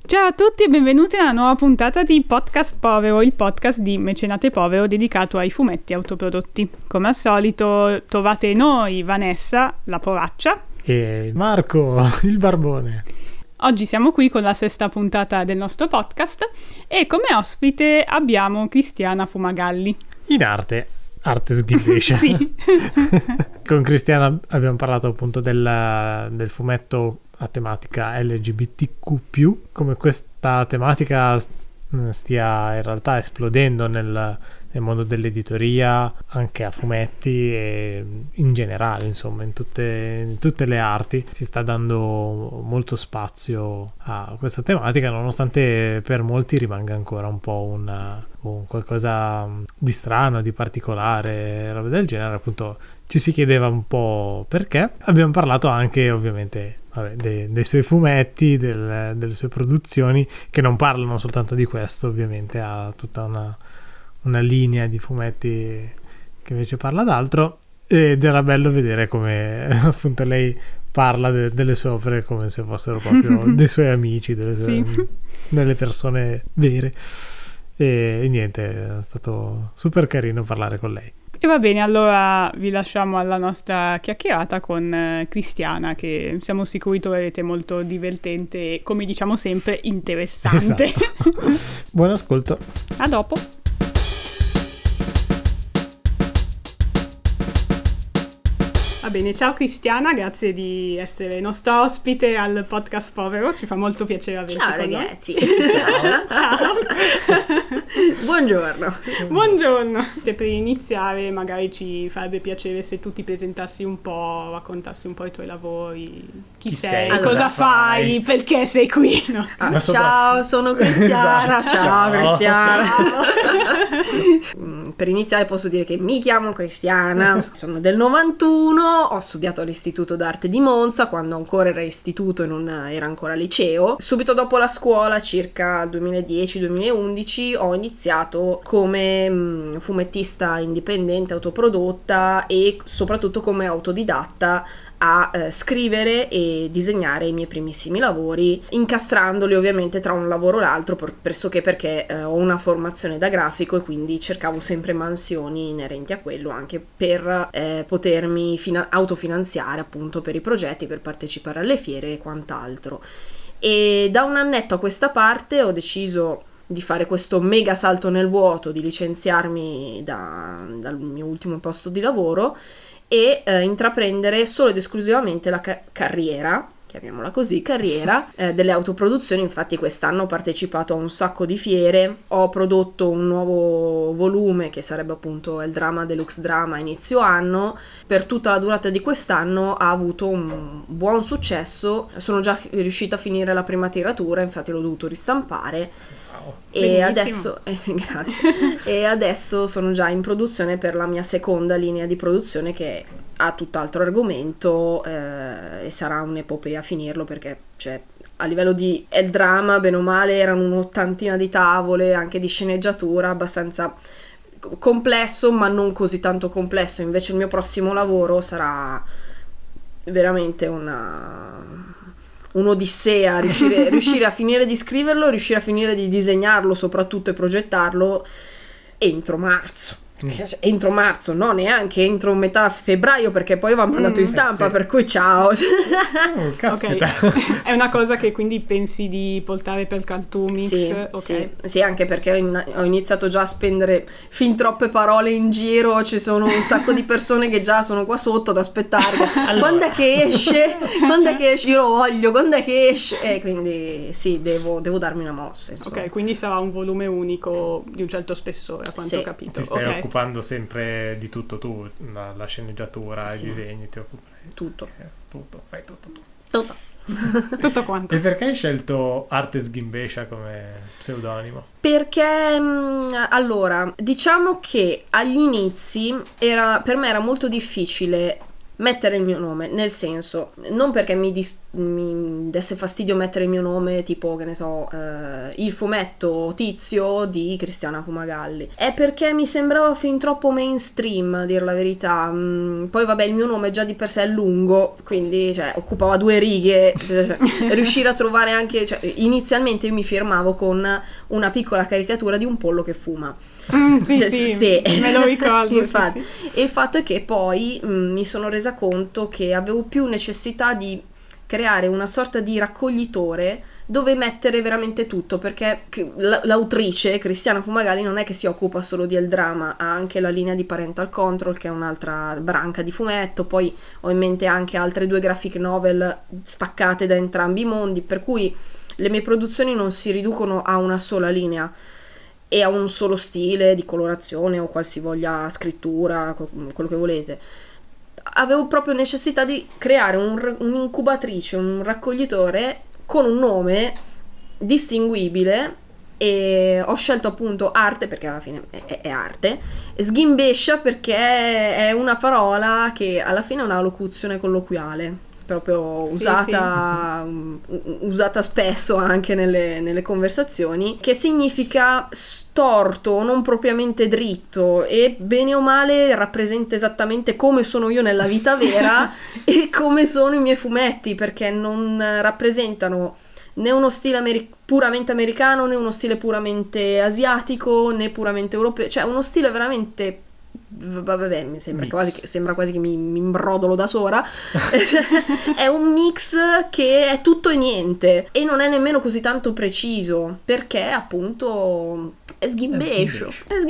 Ciao a tutti e benvenuti alla nuova puntata di Podcast Povero, il podcast di Mecenate Povero dedicato ai fumetti autoprodotti. Come al solito trovate noi, Vanessa, la poraccia, e Marco, il barbone. Oggi siamo qui con la sesta puntata del nostro podcast e come ospite abbiamo Cristiana Fumagalli. In arte sghimbescia. Sì. Con Cristiana abbiamo parlato appunto del fumetto a tematica LGBTQ+, come questa tematica stia in realtà esplodendo nel mondo dell'editoria, anche a fumetti e in generale, insomma, in tutte le arti si sta dando molto spazio a questa tematica, nonostante per molti rimanga ancora un po' un qualcosa di strano, di particolare, roba del genere. Appunto ci si chiedeva un po' perché. Abbiamo parlato anche ovviamente dei suoi fumetti, delle sue produzioni, che non parlano soltanto di questo, ovviamente ha tutta una linea di fumetti che invece parla d'altro, ed era bello vedere come appunto lei parla delle sue opere come se fossero proprio dei suoi amici, delle persone vere, e niente, è stato super carino parlare con lei. E va bene, allora vi lasciamo alla nostra chiacchierata con Cristiana, che siamo sicuri troverete molto divertente e, come diciamo sempre, interessante. Esatto. Buon ascolto. A dopo. Va bene, ciao Cristiana, grazie di essere nostra ospite al Podcast Povero, ci fa molto piacere averti Ciao con noi. ragazzi. Ciao. Buongiorno. Buongiorno. Per iniziare magari ci farebbe piacere se tu ti presentassi un po', raccontassi un po' i tuoi lavori, chi sei, Allora, cosa fai, perché sei qui. No, Ciao, sono Cristiana. Esatto. Ciao Cristiana. Ciao. Per iniziare posso dire che mi chiamo Cristiana, sono del 91, ho studiato all'Istituto d'Arte di Monza quando ancora era istituto e non era ancora liceo. Subito dopo la scuola, circa il 2010-2011, ho iniziato come fumettista indipendente, autoprodotta e soprattutto come autodidatta a scrivere e disegnare i miei primissimi lavori, incastrandoli ovviamente tra un lavoro e l'altro, pressoché perché ho una formazione da grafico e quindi cercavo sempre mansioni inerenti a quello, anche per potermi autofinanziare appunto per i progetti, per partecipare alle fiere e quant'altro. E da un annetto a questa parte ho deciso di fare questo mega salto nel vuoto, di licenziarmi dal mio ultimo posto di lavoro e intraprendere solo ed esclusivamente la carriera, chiamiamola così, delle autoproduzioni. Infatti quest'anno ho partecipato a un sacco di fiere, ho prodotto un nuovo volume che sarebbe appunto il Drama Deluxe Drama inizio anno. Per tutta la durata di quest'anno ha avuto un buon successo, sono già riuscita a finire la prima tiratura, infatti l'ho dovuto ristampare. E adesso, grazie. E adesso sono già in produzione per la mia seconda linea di produzione, che ha tutt'altro argomento e sarà un'epopea a finirlo, perché a livello di il drama, bene o male, erano un'ottantina di tavole, anche di sceneggiatura, abbastanza complesso, ma non così tanto complesso. Invece il mio prossimo lavoro sarà veramente un'odissea, riuscire a finire di scriverlo, riuscire a finire di disegnarlo soprattutto e progettarlo entro marzo. Entro marzo, no, neanche entro metà febbraio, perché poi va mandato in stampa, sì. per cui ciao. Caspita. Okay. È una cosa che quindi pensi di portare per Cartoomix? Sì, Okay. sì, anche perché ho iniziato già a spendere fin troppe parole in giro, ci sono un sacco di persone che già sono qua sotto ad aspettarmi. Allora. Quando è che esce? Io lo voglio, quando è che esce? E quindi sì, devo darmi una mossa, insomma. Ok, quindi sarà un volume unico di un certo spessore, a quanto ho capito. Ti stai Ok. occupando sempre di tutto tu, la sceneggiatura, Sì. i disegni, ti occupi Tutto. fai tutto tu. Tutto. Tutto quanto. E perché hai scelto Arte Sghimbescia come pseudonimo? Perché allora, diciamo che agli inizi per me era molto difficile mettere il mio nome, nel senso, non perché mi desse fastidio mettere il mio nome, tipo, che ne so, il fumetto Tizio di Cristiana Fumagalli, è perché mi sembrava fin troppo mainstream, a dir la verità. Poi vabbè, il mio nome già di per sé è lungo, quindi cioè, occupava 2 righe, riuscire a trovare anche, cioè, inizialmente io mi firmavo con una piccola caricatura di un pollo che fuma. Sì, me lo ricordo. Infatti. Sì. E il fatto è che poi mi sono resa conto che avevo più necessità di creare una sorta di raccoglitore dove mettere veramente tutto, perché l'autrice Cristiana Fumagalli non è che si occupa solo di Eldrama, ha anche la linea di Parental Control, che è un'altra branca di fumetto, poi ho in mente anche altre 2 graphic novel staccate da entrambi i mondi, per cui le mie produzioni non si riducono a una sola linea e a un solo stile di colorazione o qualsivoglia scrittura, quello che volete. Avevo proprio necessità di creare un'incubatrice, un raccoglitore con un nome distinguibile, e ho scelto appunto arte perché alla fine è arte, sghimbescia perché è una parola che alla fine è una locuzione colloquiale, proprio usata spesso anche nelle conversazioni, che significa storto, non propriamente dritto, e bene o male rappresenta esattamente come sono io nella vita vera e come sono i miei fumetti, perché non rappresentano né uno stile puramente americano, né uno stile puramente asiatico, né puramente europeo, cioè uno stile veramente, vabbè, mi sembra quasi che mi imbrodolo da sola. È un mix che è tutto e niente, e non è nemmeno così tanto preciso, perché appunto è sghimbescio.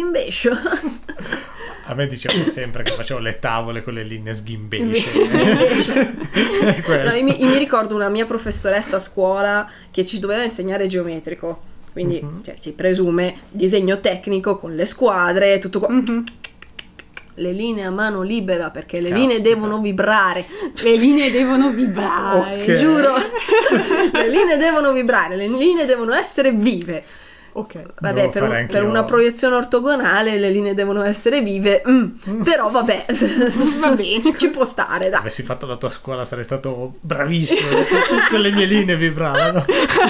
A me dicevano sempre che facevo le tavole con le linee sghimbesce. No, mi ricordo una mia professoressa a scuola che ci doveva insegnare geometrico, quindi cioè, ci presume disegno tecnico con le squadre, tutto qua. Le linee a mano libera, perché le linee devono vibrare. Le linee devono vibrare, okay. Giuro. Le linee devono vibrare, le linee devono essere vive. Ok. Vabbè, per una proiezione ortogonale le linee devono essere vive, però vabbè, va bene. Ci può stare, dai. Avessi fatto la tua scuola sarei stato bravissimo, tutte le mie linee vibravano.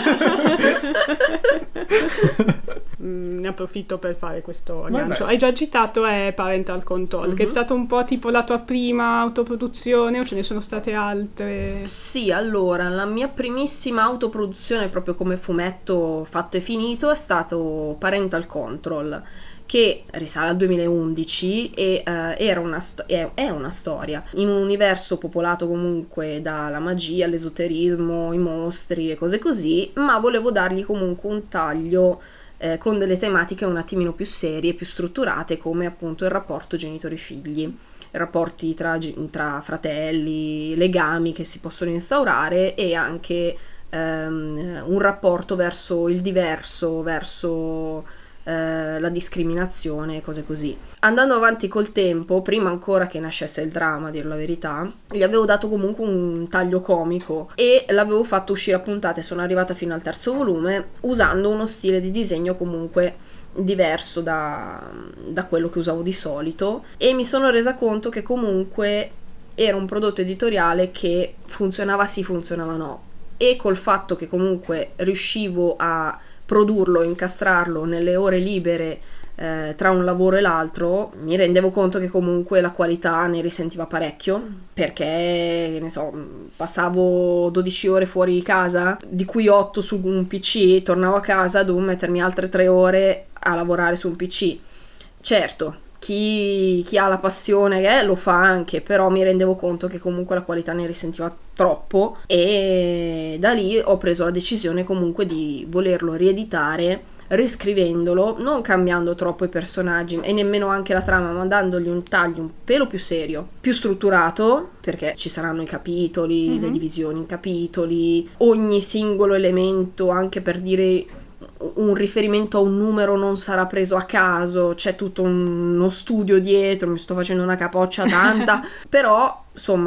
Ne approfitto per fare questo aggancio. Hai già citato Parental Control, che è stato un po' tipo la tua prima autoproduzione, o ce ne sono state altre? Sì, allora, la mia primissima autoproduzione proprio come fumetto fatto e finito è stato Parental Control, che risale al 2011 e è una storia in un universo popolato comunque dalla magia, l'esoterismo, i mostri e cose così, ma volevo dargli comunque un taglio con delle tematiche un attimino più serie, più strutturate, come appunto il rapporto genitori-figli, rapporti tra fratelli, legami che si possono instaurare, e anche un rapporto verso il diverso, verso la discriminazione, cose così. Andando avanti col tempo, prima ancora che nascesse il dramma, a dir la verità, gli avevo dato comunque un taglio comico e l'avevo fatto uscire a puntate. Sono arrivata fino al 3° volume usando uno stile di disegno comunque diverso da quello che usavo di solito, e mi sono resa conto che comunque era un prodotto editoriale che funzionava sì, funzionava no, e col fatto che comunque riuscivo a produrlo, incastrarlo nelle ore libere tra un lavoro e l'altro, mi rendevo conto che comunque la qualità ne risentiva parecchio, perché ne so, passavo 12 ore fuori casa, di cui 8 su un PC, tornavo a casa, dovevo mettermi altre 3 ore a lavorare su un PC. Certo, chi ha la passione lo fa anche, però mi rendevo conto che comunque la qualità ne risentiva troppo, e da lì ho preso la decisione comunque di volerlo rieditare, riscrivendolo, non cambiando troppo i personaggi e nemmeno anche la trama, ma dandogli un taglio un pelo più serio, più strutturato, perché ci saranno i capitoli, le divisioni in capitoli, ogni singolo elemento, anche per dire un riferimento a un numero, non sarà preso a caso, c'è tutto uno studio dietro, mi sto facendo una capoccia tanta, però insomma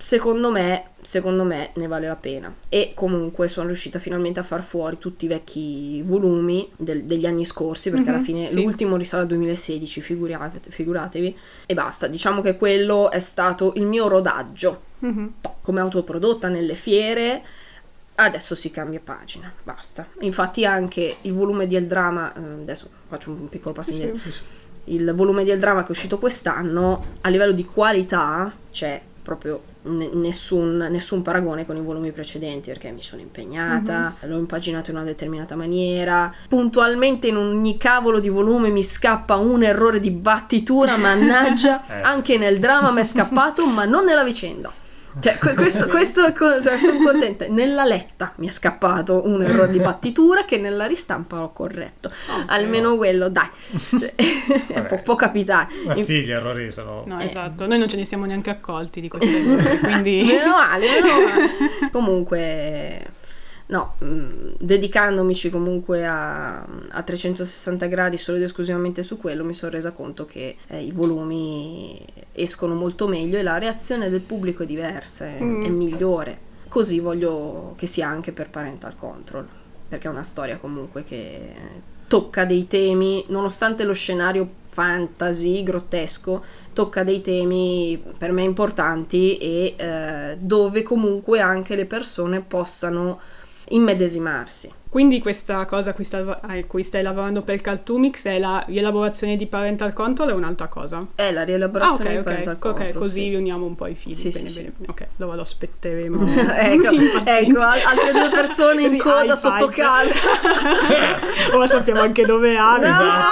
secondo me ne vale la pena. E comunque sono riuscita finalmente a far fuori tutti i vecchi volumi degli anni scorsi, perché alla fine l'ultimo risale al 2016, figuratevi, e basta. Diciamo che quello è stato il mio rodaggio come autoprodotta nelle fiere. Adesso si cambia pagina, basta. Infatti anche il volume di El Drama, adesso faccio un piccolo passo indietro, il volume di El Drama che è uscito quest'anno, a livello di qualità c'è proprio nessun paragone con i volumi precedenti, perché mi sono impegnata, l'ho impaginato in una determinata maniera, puntualmente in ogni cavolo di volume mi scappa un errore di battitura, mannaggia, anche nel Drama mi è scappato, ma non nella vicenda. Cioè, questo sono contenta. Nella letta mi è scappato un errore di battitura che nella ristampa ho corretto. Almeno quello, dai. può capitare. Ma sì, gli errori sono... No, esatto. Noi non ce ne siamo neanche accolti di questi errori, quindi... Meno male. Comunque... No, dedicandomici comunque a 360 gradi solo ed esclusivamente su quello, mi sono resa conto che i volumi escono molto meglio e la reazione del pubblico è diversa, è migliore. Così voglio che sia anche per Parental Control, perché è una storia comunque che tocca dei temi, nonostante lo scenario fantasy grottesco, tocca dei temi per me importanti e dove comunque anche le persone possano immedesimarsi. Quindi questa cosa a cui stai lavorando per Cartoomix è la rielaborazione di Parental Control o un'altra cosa? È la rielaborazione di Parental Control. Ok, così sì. riuniamo un po' i fili. Bene. Ok, allora lo aspetteremo. ecco, altre due persone in coda sotto casa. Ora sappiamo anche dove abita.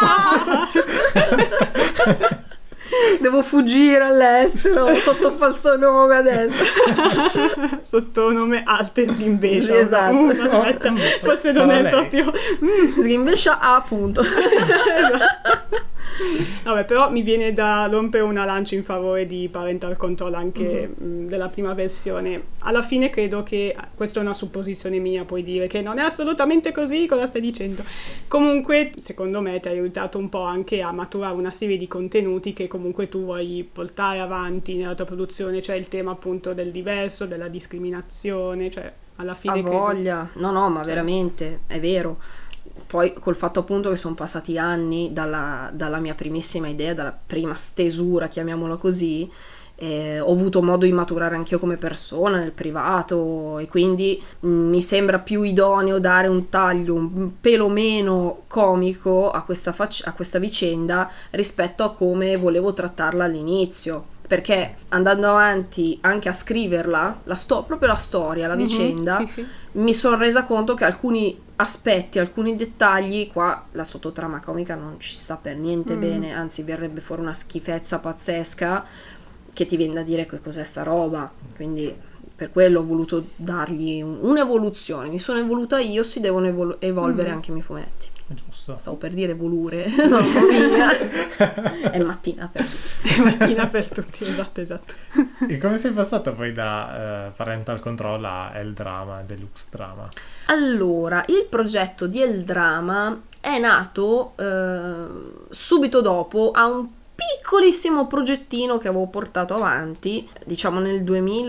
Esatto. Devo fuggire all'estero sotto falso nome adesso. Sotto nome Alte Sghimbescia. Sì, esatto. Aspetta, forse non è lei. proprio Sghimbescia appunto. Esatto. Vabbè, però mi viene da rompere una lancia in favore di Parental Control anche della prima versione. Alla fine credo che, questa è una supposizione mia, puoi dire che non è assolutamente così, cosa stai dicendo? Comunque, secondo me ti ha aiutato un po' anche a maturare una serie di contenuti che comunque tu vuoi portare avanti nella tua produzione, cioè il tema appunto del diverso, della discriminazione, cioè alla fine A voglia, no, ma veramente, è vero. Poi col fatto appunto che sono passati anni dalla mia primissima idea, dalla prima stesura, chiamiamola così, ho avuto modo di maturare anch'io come persona nel privato e quindi mi sembra più idoneo dare un taglio un pelo meno comico a questa vicenda rispetto a come volevo trattarla all'inizio. Perché andando avanti anche a scriverla, proprio la storia, la vicenda, mi sono resa conto che alcuni aspetti, alcuni dettagli, qua la sottotrama comica non ci sta per niente bene, anzi verrebbe fuori una schifezza pazzesca che ti viene da dire che cos'è sta roba. Quindi per quello ho voluto dargli un'evoluzione, mi sono evoluta io, si devono evolvere anche i miei fumetti. Giusto. Stavo per dire volure, mamma mia. È mattina per tutti. È mattina per tutti, esatto. E come sei passata poi da Parental Control a El Drama, Deluxe Drama? Allora, il progetto di El Drama è nato subito dopo a un piccolissimo progettino che avevo portato avanti, diciamo nel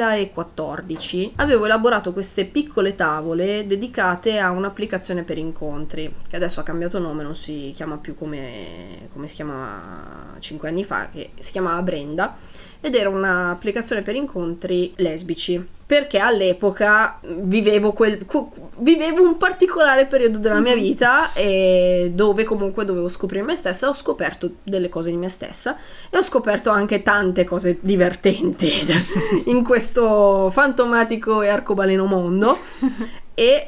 2014. Avevo elaborato queste piccole tavole dedicate a un'applicazione per incontri, che adesso ha cambiato nome, non si chiama più come si chiamava 5 anni fa, che si chiamava Brenda, ed era un'applicazione per incontri lesbici, perché all'epoca vivevo un particolare periodo della mia vita dove comunque dovevo scoprire me stessa. Ho scoperto delle cose di me stessa e ho scoperto anche tante cose divertenti in questo fantomatico e arcobaleno mondo e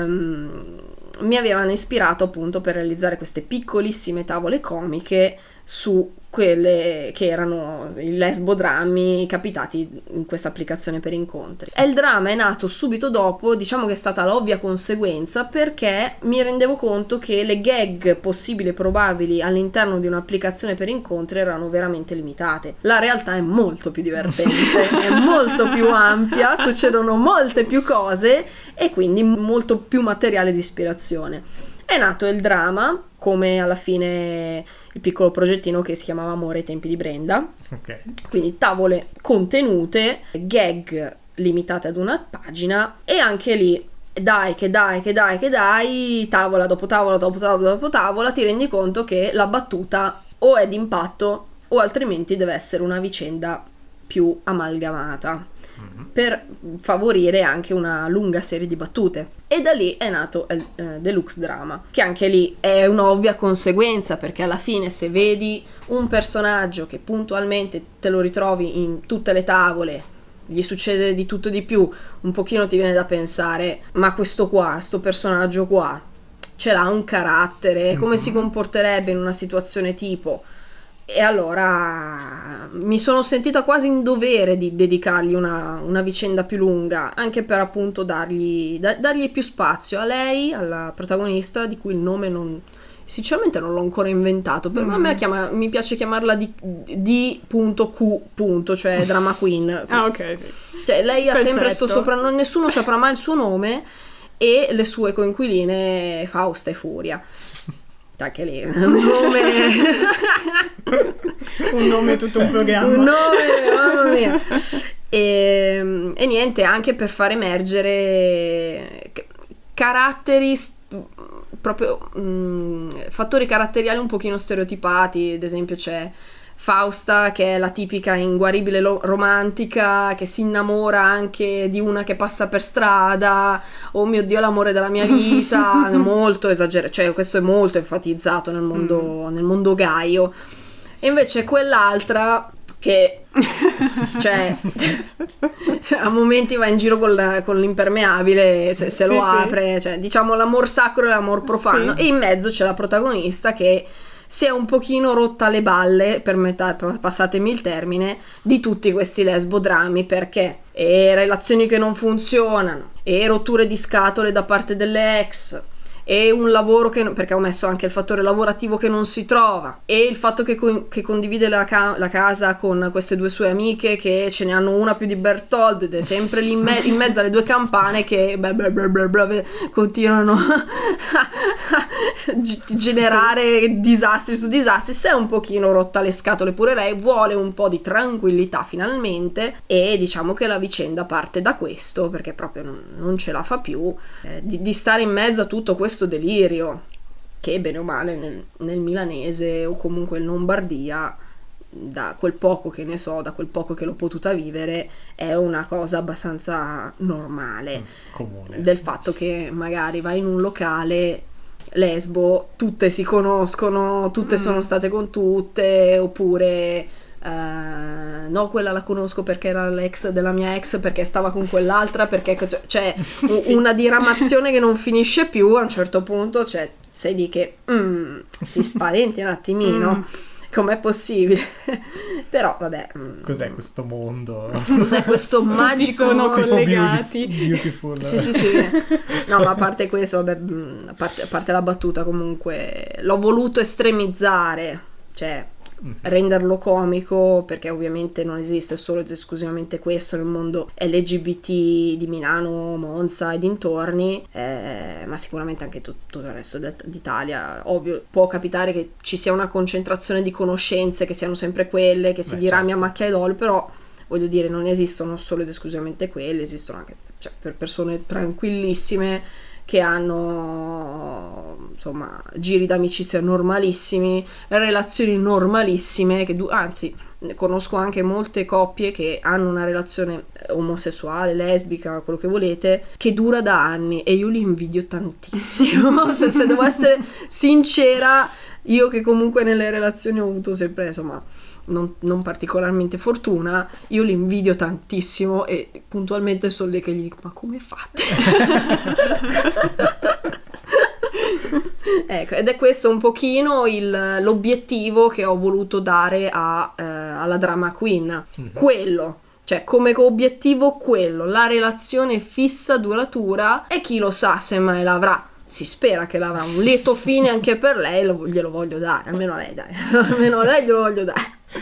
mi avevano ispirato appunto per realizzare queste piccolissime tavole comiche su quelle che erano i lesbodrammi capitati in questa applicazione per incontri. E il dramma è nato subito dopo, diciamo che è stata l'ovvia conseguenza, perché mi rendevo conto che le gag possibili e probabili all'interno di un'applicazione per incontri erano veramente limitate. La realtà è molto più divertente, è molto più ampia, succedono molte più cose e quindi molto più materiale di ispirazione. è nato il drama, come alla fine il piccolo progettino che si chiamava Amore ai tempi di Brenda. Ok. Quindi tavole contenute, gag limitate ad una pagina, e anche lì dai, tavola dopo tavola dopo tavola dopo tavola, ti rendi conto che la battuta o è d'impatto o altrimenti deve essere una vicenda più amalgamata per favorire anche una lunga serie di battute. E da lì è nato il deluxe drama, che anche lì è un'ovvia conseguenza, perché alla fine se vedi un personaggio che puntualmente te lo ritrovi in tutte le tavole, gli succede di tutto e di più, un pochino ti viene da pensare, ma questo personaggio qua ce l'ha un carattere, come si comporterebbe in una situazione tipo? E allora mi sono sentita quasi in dovere di dedicargli una vicenda più lunga, anche per appunto dargli più spazio a lei, alla protagonista, di cui il nome sinceramente non l'ho ancora inventato, per me mi piace chiamarla D.Q, cioè Drama Queen. Ah, ok, sì. Cioè, lei ha Perfetto. sempre sto soprannome, nessuno saprà mai il suo nome, e le sue coinquiline Fausta e Furia. Anche lì un nome tutto un programma. un nome, mamma mia. E niente, anche per far emergere caratteri proprio fattori caratteriali un pochino stereotipati. Ad esempio c'è Fausta, che è la tipica inguaribile romantica, che si innamora anche di una che passa per strada, oh mio Dio, l'amore della mia vita, molto esagerato, cioè questo è molto enfatizzato nel mondo gaio. E invece quell'altra che cioè a momenti va in giro con l'impermeabile, se lo apre, cioè diciamo l'amor sacro e l'amor profano, e in mezzo c'è la protagonista che si è un pochino rotta le balle, passatemi il termine, di tutti questi lesbodrammi, perché e relazioni che non funzionano, e rotture di scatole da parte delle ex, e un lavoro perché ho messo anche il fattore lavorativo che non si trova, e il fatto che condivide la casa con queste due sue amiche, che ce ne hanno una più di Bertold, ed è sempre lì in mezzo alle due campane che continuano a generare disastri su disastri. Si è un pochino rotta le scatole pure lei, vuole un po' di tranquillità finalmente, e diciamo che la vicenda parte da questo, perché proprio non ce la fa più di stare in mezzo a tutto questo delirio che bene o male nel milanese o comunque in Lombardia, da quel poco che ne so, da quel poco che l'ho potuta vivere, è una cosa abbastanza normale, comune, del fatto che magari vai in un locale lesbo, tutte si conoscono, tutte sono state con tutte, oppure no, quella la conosco perché era l'ex della mia ex, perché stava con quell'altra, perché c'è una diramazione che non finisce più. A un certo punto sei lì che ti spaventi un attimino, com'è possibile? Però vabbè, cos'è questo mondo? Cos'è questo magico, sono collegati, beautiful. Sì. No, ma a parte questo, vabbè, a parte la battuta, comunque l'ho voluto estremizzare, cioè renderlo comico, perché ovviamente non esiste solo ed esclusivamente questo nel mondo LGBT di Milano, Monza e dintorni, ma sicuramente anche tutto il resto d'Italia. Ovvio, può capitare che ci sia una concentrazione di conoscenze che siano sempre quelle, che si dirami a macchia d'olio, però voglio dire, non esistono solo ed esclusivamente quelle, esistono anche per persone tranquillissime che hanno insomma giri d'amicizia normalissimi, relazioni normalissime, anzi conosco anche molte coppie che hanno una relazione omosessuale, lesbica, quello che volete, che dura da anni, e io li invidio tantissimo. se devo essere sincera, io che comunque nelle relazioni ho avuto sempre insomma non particolarmente fortuna, io li invidio tantissimo, e puntualmente sono lì che gli dico: ma come fate? Ecco, ed è questo un pochino l'obiettivo che ho voluto dare alla Drama Queen, quello, cioè come obiettivo quello, la relazione fissa, duratura, e chi lo sa se mai l'avrà. Si spera che l'avrà un lieto fine anche per lei, glielo voglio dare, almeno a lei, dai, almeno a lei glielo voglio dare.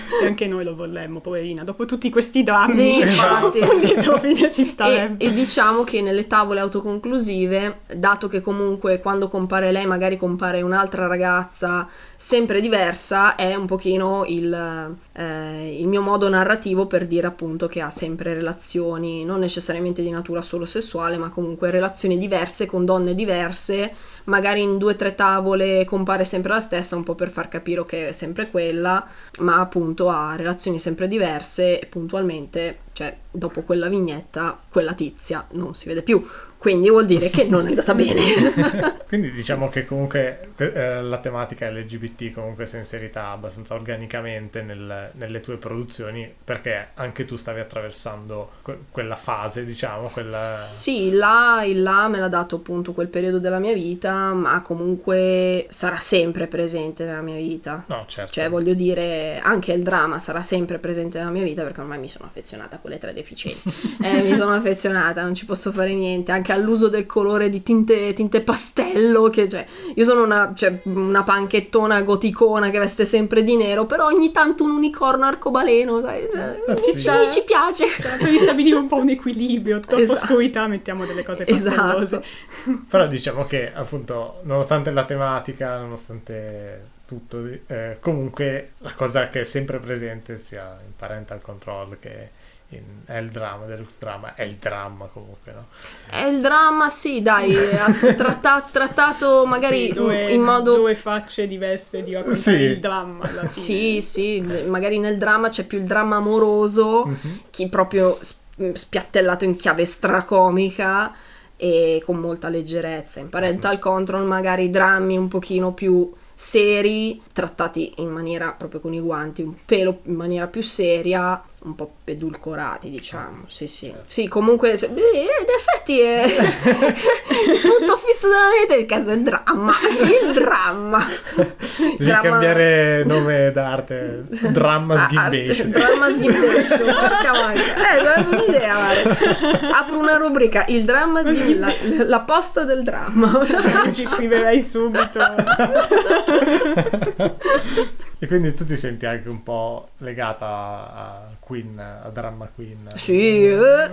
Se anche noi lo vorremmo, poverina, dopo tutti questi drammi. Sì, infatti. Un lieto fine ci starebbe. E diciamo che nelle tavole autoconclusive, dato che comunque quando compare lei magari compare un'altra ragazza sempre diversa, è un pochino il mio modo narrativo per dire appunto che ha sempre relazioni non necessariamente di natura solo sessuale, ma comunque relazioni diverse con donne diverse, magari in 2 o 3 tavole compare sempre la stessa, un po' per far capire che è sempre quella, ma appunto ha relazioni sempre diverse e puntualmente, cioè dopo quella vignetta, quella tizia non si vede più. Quindi vuol dire che non è andata bene. Quindi diciamo che comunque la tematica LGBT comunque si è inserita abbastanza organicamente nelle tue produzioni, perché anche tu stavi attraversando quella fase, diciamo, quella... Sì, il là me l'ha dato appunto quel periodo della mia vita, ma comunque sarà sempre presente nella mia vita. No, certo. Cioè voglio dire, anche il dramma sarà sempre presente nella mia vita, perché ormai mi sono affezionata a quelle 3 deficienti. Mi sono affezionata, non ci posso fare niente, anche all'uso del colore di tinte pastello, che cioè io sono una panchettona goticona che veste sempre di nero, però ogni tanto un unicorno arcobaleno, sai, ci piace. Devi stabilire un po' un equilibrio, troppo oscurità, mettiamo delle cose pastellose. Però diciamo che appunto, nonostante la tematica, nonostante tutto, comunque la cosa che è sempre presente sia in Parental Control che è il dramma, Deluxe Drama, è il dramma comunque, no? È il dramma, sì, dai, trattato magari sì, in modo... 2 facce diverse di raccontare il dramma alla fine. Sì, magari nel dramma c'è più il dramma amoroso, chi proprio spiattellato in chiave stracomica e con molta leggerezza. In Parental Control magari drammi un pochino più seri, trattati in maniera proprio con i guanti, un pelo in maniera più seria, un po' edulcorati, diciamo. Sì, comunque in effetti è il punto fisso della vita, il caso è il dramma. Devi cambiare nome d'arte, Dramma Sgimbation. Dramma Sgimbation, porca manca. Non ho un'idea, guarda. Apro una rubrica, il dramma Sgimbation, la posta del dramma. Ci scriverai subito. E quindi tu ti senti anche un po' legata a Queen, a Drama Queen? Sì,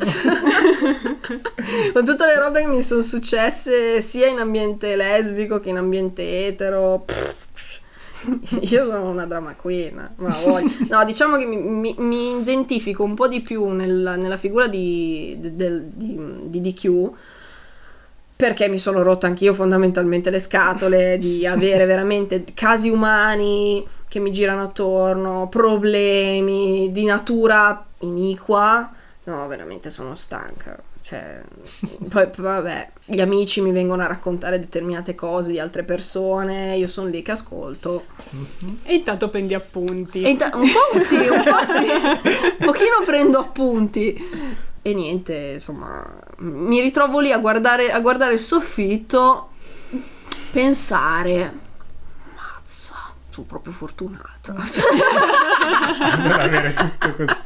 con tutte le robe che mi sono successe sia in ambiente lesbico che in ambiente etero. Io sono una drama queen, ma no, diciamo che mi identifico un po' di più nella figura di DQ, perché mi sono rotta anch'io fondamentalmente le scatole di avere veramente casi umani che mi girano attorno, problemi di natura iniqua. No, veramente sono stanca. Cioè, poi vabbè, gli amici mi vengono a raccontare determinate cose di altre persone, io sono lì che ascolto. E intanto prendi appunti. Un po' sì, un pochino prendo appunti. E niente, insomma, mi ritrovo lì a guardare il soffitto, pensare, mazza, sono proprio fortunata. Per avere tutto questo...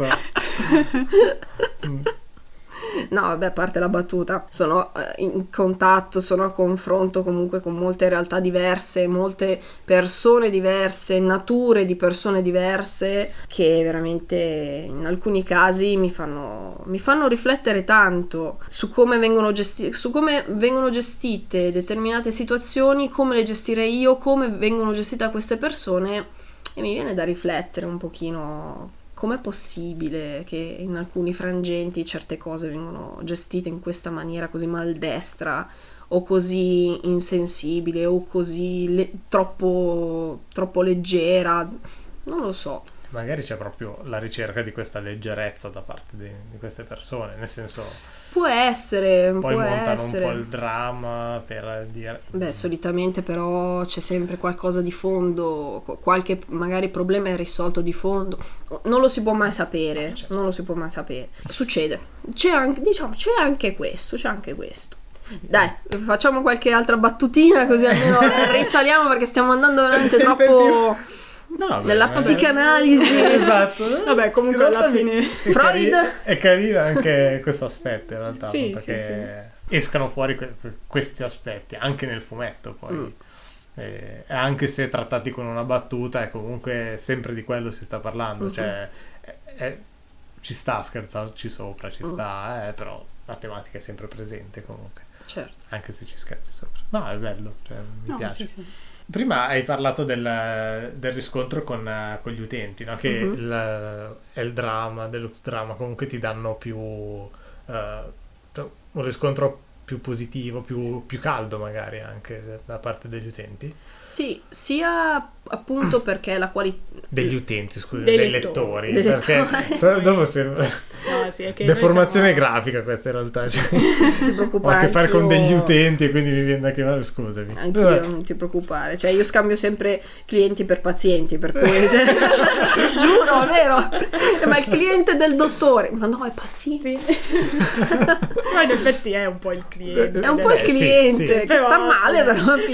No, vabbè, a parte la battuta, sono in contatto, sono a confronto comunque con molte realtà diverse, molte persone diverse, nature di persone diverse, che veramente in alcuni casi mi fanno riflettere tanto su come vengono gestite determinate situazioni, come le gestirei io, come vengono gestite queste persone, e mi viene da riflettere un pochino. Com'è possibile che in alcuni frangenti certe cose vengono gestite in questa maniera così maldestra o così insensibile o così troppo leggera? Non lo so. Magari c'è proprio la ricerca di questa leggerezza da parte di queste persone, nel senso... Può essere, poi può montano essere. un po' il dramma per dire... Beh, solitamente però c'è sempre qualcosa di fondo, qualche magari problema è risolto di fondo, non lo si può mai sapere, certo. Non lo si può mai sapere. Succede, c'è anche questo. Dai, facciamo qualche altra battutina così almeno risaliamo, perché stiamo andando veramente troppo... No, nella psicanalisi. Esatto. Vabbè, comunque alla fine Freud è carino anche questo aspetto in realtà, sì, perché escano fuori questi aspetti anche nel fumetto poi. E anche se trattati con una battuta, è comunque sempre di quello si sta parlando, cioè ci sta scherzarci sopra, ci sta, però la tematica è sempre presente comunque, certo, anche se ci scherzi sopra. No, è bello, cioè, mi piace. Sì. Prima hai parlato del riscontro con gli utenti, no? Che è il drama, deluxe drama, comunque ti danno più un riscontro più positivo, più caldo magari anche da parte degli utenti. Sì, sia appunto perché la qualità degli utenti, scusa, dei dei lettori. lettori, perché dopo sembra È che deformazione grafica questa in realtà, cioè, ti ho preoccupare, a che fare con anch'io- degli utenti e quindi mi viene da chiamare, scusami. Anch'io, non ti preoccupare, cioè io scambio sempre clienti per pazienti, per cui cioè, giuro, è vero, ma il cliente del dottore, ma no, è paziente, Ma in effetti è un po' il cliente. è un po' il sì, cliente sì. che Però, sta male, sì. però è il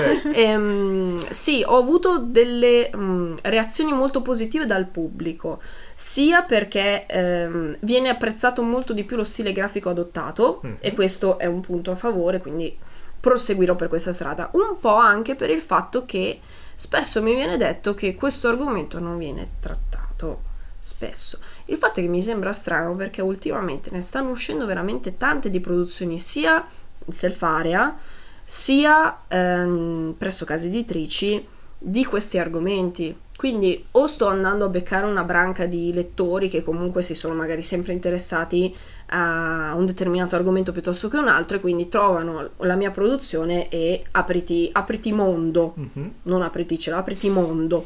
cliente. Sì, ho avuto delle reazioni molto positive dal pubblico, sia perché viene apprezzato molto di più lo stile grafico adottato, e questo è un punto a favore, quindi proseguirò per questa strada, un po' anche per il fatto che spesso mi viene detto che questo argomento non viene trattato spesso. Il fatto è che mi sembra strano perché ultimamente ne stanno uscendo veramente tante di produzioni, sia in self-area sia presso case editrici, di questi argomenti. Quindi o sto andando a beccare una branca di lettori che comunque si sono magari sempre interessati a un determinato argomento piuttosto che un altro, e quindi trovano la mia produzione e apriti mondo, non apriticela, apriti mondo.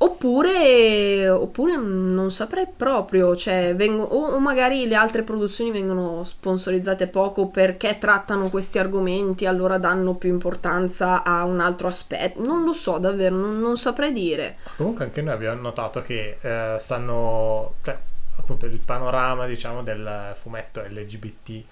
Oppure non saprei proprio, cioè o magari le altre produzioni vengono sponsorizzate poco perché trattano questi argomenti, allora danno più importanza a un altro aspetto, non lo so davvero, non saprei dire. Comunque anche noi abbiamo notato che stanno, cioè appunto il panorama diciamo del fumetto LGBT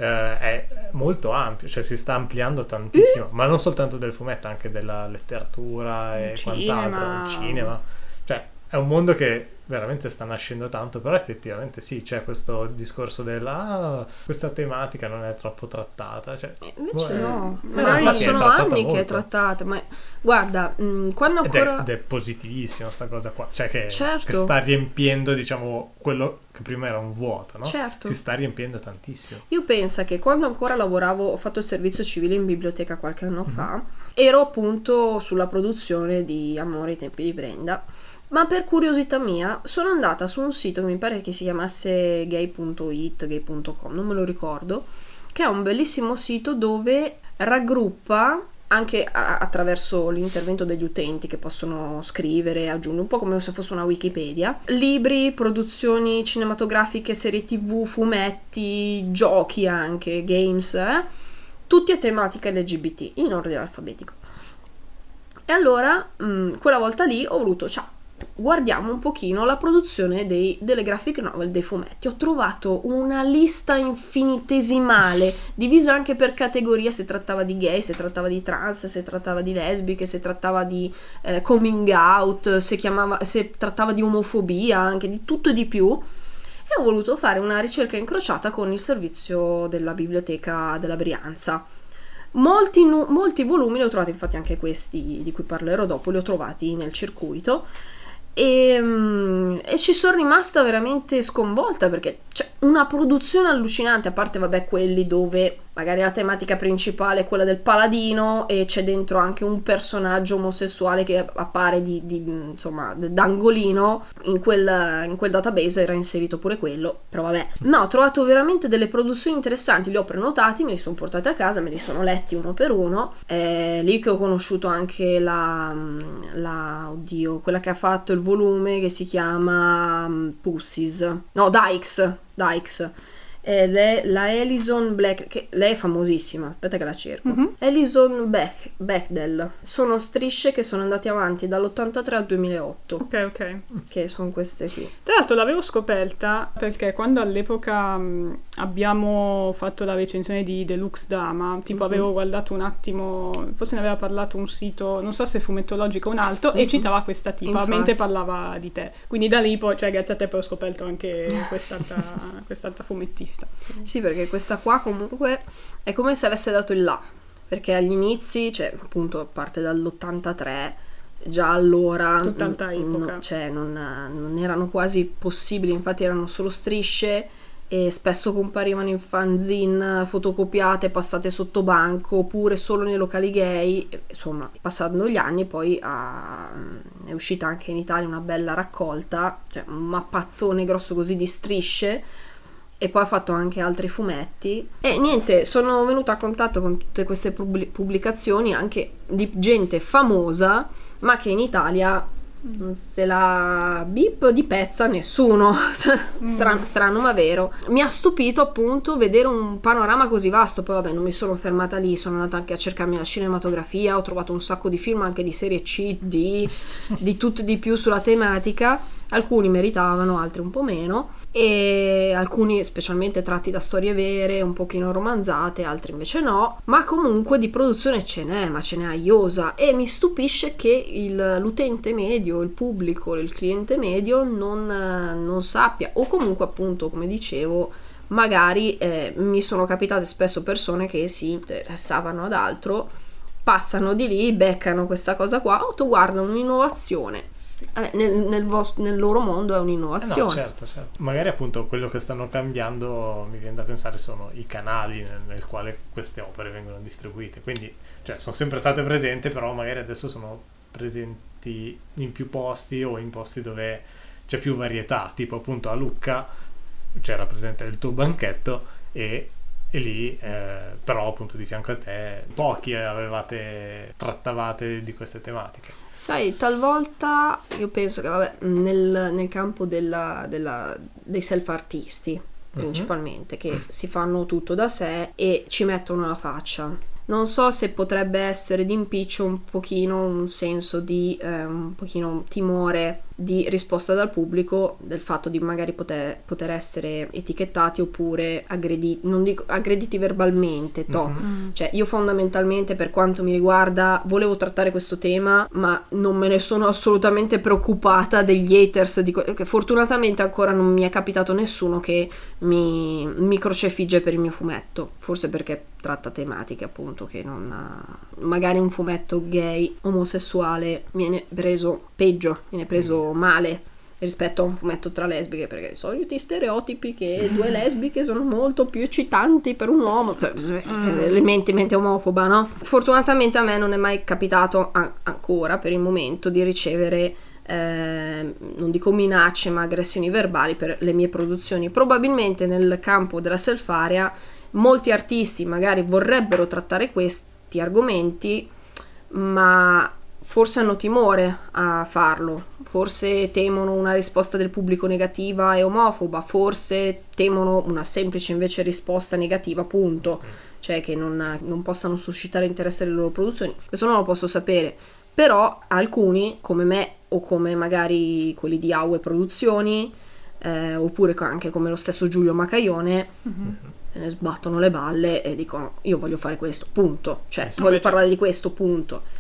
è molto ampio, cioè si sta ampliando tantissimo, ma non soltanto del fumetto, anche della letteratura e quant'altro, il cinema, cioè è un mondo che veramente sta nascendo tanto, però effettivamente sì, c'è questo discorso della questa tematica non è troppo trattata, cioè, Invece no, magari ma infatti è sono trattata anni che è molto. trattata, ma guarda, quando ancora... Ed è positivissima sta cosa qua, cioè che Certo. sta riempiendo diciamo quello che prima era un vuoto, no? Certo. Si sta riempiendo tantissimo. Io penso che quando ancora lavoravo, ho fatto il servizio civile in biblioteca qualche anno fa, ero appunto sulla produzione di Amore ai tempi di Brenda, ma per curiosità mia sono andata su un sito che mi pare che si chiamasse gay.it, gay.com, non me lo ricordo, che è un bellissimo sito dove raggruppa, anche attraverso l'intervento degli utenti che possono scrivere, aggiungere, un po' come se fosse una Wikipedia, libri, produzioni cinematografiche, serie TV, fumetti, giochi anche, games, tutti a tematica LGBT, in ordine alfabetico. E allora, quella volta lì ho voluto, guardiamo un pochino la produzione delle graphic novel, dei fumetti. Ho trovato una lista infinitesimale, divisa anche per categoria, se trattava di gay, se trattava di trans, se trattava di lesbiche, se trattava di coming out, se trattava di omofobia, anche di tutto e di più. E ho voluto fare una ricerca incrociata con il servizio della biblioteca della Brianza. Molti volumi li ho trovati, infatti anche questi di cui parlerò dopo li ho trovati nel circuito, e ci sono rimasta veramente sconvolta perché c'è una produzione allucinante, a parte vabbè quelli dove magari la tematica principale è quella del paladino e c'è dentro anche un personaggio omosessuale che appare insomma d'angolino, in quel database era inserito pure quello, però vabbè. No, ho trovato veramente delle produzioni interessanti, li ho prenotati, me li sono portati a casa, me li sono letti uno per uno. Lì che ho conosciuto anche quella che ha fatto il volume, che si chiama Dykes. Ed è la Alison Black, che lei è famosissima, aspetta che la cerco. Alison Bechdel. Sono strisce che sono andate avanti dall'83 al 2008. Ok. Che sono queste qui. Tra l'altro l'avevo scoperta perché quando all'epoca abbiamo fatto la recensione di Deluxe Drama, tipo avevo guardato un attimo, forse ne aveva parlato un sito, non so se fumettologico o un altro, e citava questa tipa Infatti. mentre parlava di te. Quindi da lì poi, cioè grazie a te poi ho scoperto anche quest'altra fumettista. Sì, perché questa qua comunque è come se avesse dato il là. perché agli inizi, cioè appunto a parte dall'83, già allora tutt'altra epoca, non erano quasi possibili, infatti erano solo strisce e spesso comparivano in fanzine fotocopiate passate sotto banco oppure solo nei locali gay. Insomma, passando gli anni poi è uscita anche in Italia una bella raccolta, cioè un mappazzone grosso così di strisce, e poi ha fatto anche altri fumetti e niente, sono venuta a contatto con tutte queste pubblicazioni anche di gente famosa ma che in Italia se la bip di pezza nessuno. Strano ma vero. Mi ha stupito appunto vedere un panorama così vasto. Poi vabbè, non mi sono fermata lì, sono andata anche a cercarmi la cinematografia, ho trovato un sacco di film anche di serie C, di tutto e di più sulla tematica. Alcuni meritavano, altri un po' meno, e alcuni specialmente tratti da storie vere, un pochino romanzate, altri invece no, ma comunque di produzione ce n'è, ma ce n'è a iosa, e mi stupisce che l'utente medio, il pubblico, il cliente medio non sappia, o comunque appunto, come dicevo, magari mi sono capitate spesso persone che si interessavano ad altro, passano di lì, beccano questa cosa qua, tu guarda un'innovazione. Nel loro mondo è un'innovazione. No, certo. Magari appunto quello che stanno cambiando, mi viene da pensare, sono i canali nel quale queste opere vengono distribuite. Quindi, cioè, sono sempre state presenti, però magari adesso sono presenti in più posti o in posti dove c'è più varietà. Tipo appunto a Lucca c'era presente il tuo banchetto e lì però appunto di fianco a te pochi trattavate di queste tematiche. Sai, talvolta io penso che vabbè, nel campo dei self artisti principalmente, che si fanno tutto da sé e ci mettono la faccia. Non so se potrebbe essere d'impiccio un pochino un senso di un pochino timore di risposta dal pubblico, del fatto di magari poter essere etichettati oppure aggrediti, non dico aggrediti verbalmente, cioè io fondamentalmente, per quanto mi riguarda, volevo trattare questo tema, ma non me ne sono assolutamente preoccupata degli haters, che fortunatamente ancora non mi è capitato nessuno che mi crocefigge per il mio fumetto, forse perché tratta tematiche appunto che non, magari un fumetto gay omosessuale viene preso peggio, viene preso male rispetto a un fumetto tra lesbiche, perché i soliti stereotipi che due lesbiche sono molto più eccitanti per un uomo, cioè, mente omofoba, no? Fortunatamente a me non è mai capitato ancora per il momento di ricevere non dico minacce ma aggressioni verbali per le mie produzioni. Probabilmente nel campo della self-area molti artisti magari vorrebbero trattare questi argomenti, ma forse hanno timore a farlo, forse temono una risposta del pubblico negativa e omofoba, forse temono una semplice invece risposta negativa, punto, cioè che non possano suscitare interesse alle loro produzioni. Questo non lo posso sapere, però alcuni come me o come magari quelli di Aue Produzioni oppure anche come lo stesso Giulio Macaione se ne sbattono le balle e dicono io voglio fare questo, punto, cioè voglio parlare di questo, punto.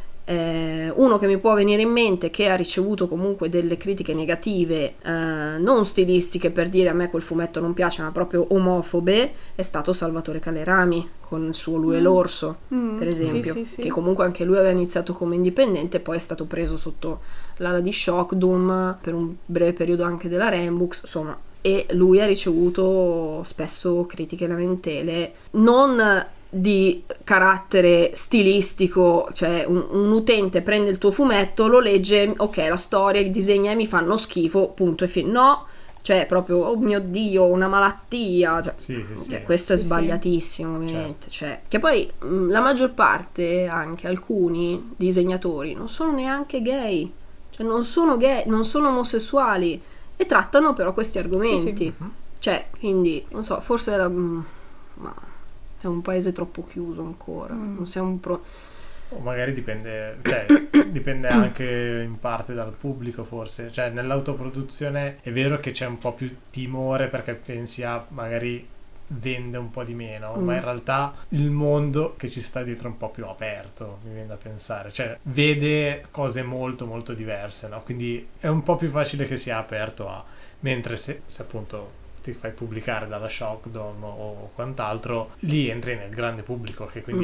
Uno che mi può venire in mente che ha ricevuto comunque delle critiche negative non stilistiche per dire a me quel fumetto non piace ma proprio omofobe è stato Salvatore Calerami con il suo Lui e l'orso per esempio, sì. Che comunque anche lui aveva iniziato come indipendente, poi è stato preso sotto l'ala di Shockdoom per un breve periodo anche della Rambux, insomma, e lui ha ricevuto spesso critiche lamentele non di carattere stilistico, cioè un utente prende il tuo fumetto, lo legge, ok, la storia, i disegni mi fanno schifo, punto e fine. No, cioè proprio, oh mio Dio, una malattia, cioè, cioè questo è sbagliatissimo, ovviamente, cioè, che poi la maggior parte, anche alcuni disegnatori, non sono neanche gay, cioè non sono gay, non sono omosessuali e trattano però questi argomenti, cioè, quindi, non so, forse era... ma è un paese troppo chiuso ancora, non siamo o magari dipende, cioè dipende anche in parte dal pubblico forse, cioè nell'autoproduzione è vero che c'è un po' più timore perché pensi a magari vende un po' di meno, ma in realtà il mondo che ci sta dietro è un po' più aperto, mi viene da pensare, cioè vede cose molto molto diverse, no? Quindi è un po' più facile che sia aperto a, mentre se appunto ti fai pubblicare dalla Shockdom o quant'altro, lì entri nel grande pubblico che quindi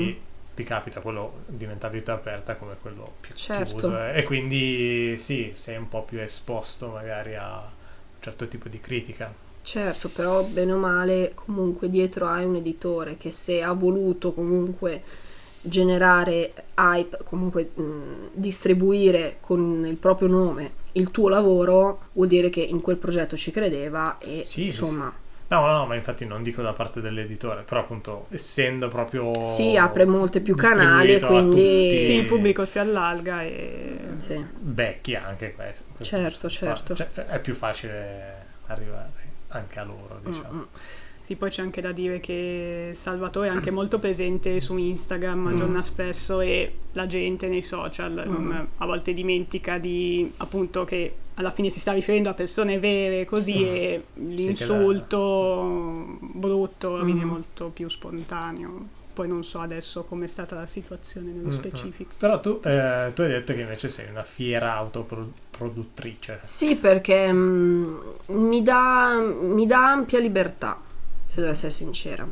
ti capita quello diventa vita aperta come quello più Certo. chiuso, e quindi sì, sei un po' più esposto magari a un certo tipo di critica. Certo, però bene o male comunque dietro hai un editore che, se ha voluto comunque generare hype, comunque distribuire con il proprio nome il tuo lavoro, vuol dire che in quel progetto ci credeva e Sì, insomma sì. No, ma infatti non dico da parte dell'editore, però appunto essendo proprio sì, apre molte più canali e distribuito a quindi tutti, Sì, il pubblico si allarga e... sì. vecchi anche questo. Certo. Cioè, è più facile arrivare anche a loro, diciamo. Sì, poi c'è anche da dire che Salvatore è anche molto presente su Instagram, aggiorna spesso, e la gente nei social a volte dimentica di, appunto, che alla fine si sta riferendo a persone vere, così, Sì. e l'insulto brutto viene molto più spontaneo. Poi non so adesso com'è stata la situazione nello specifico. Però tu hai detto che invece sei una fiera autoproduttrice. Sì, perché mi dà ampia libertà, se devo essere sincera.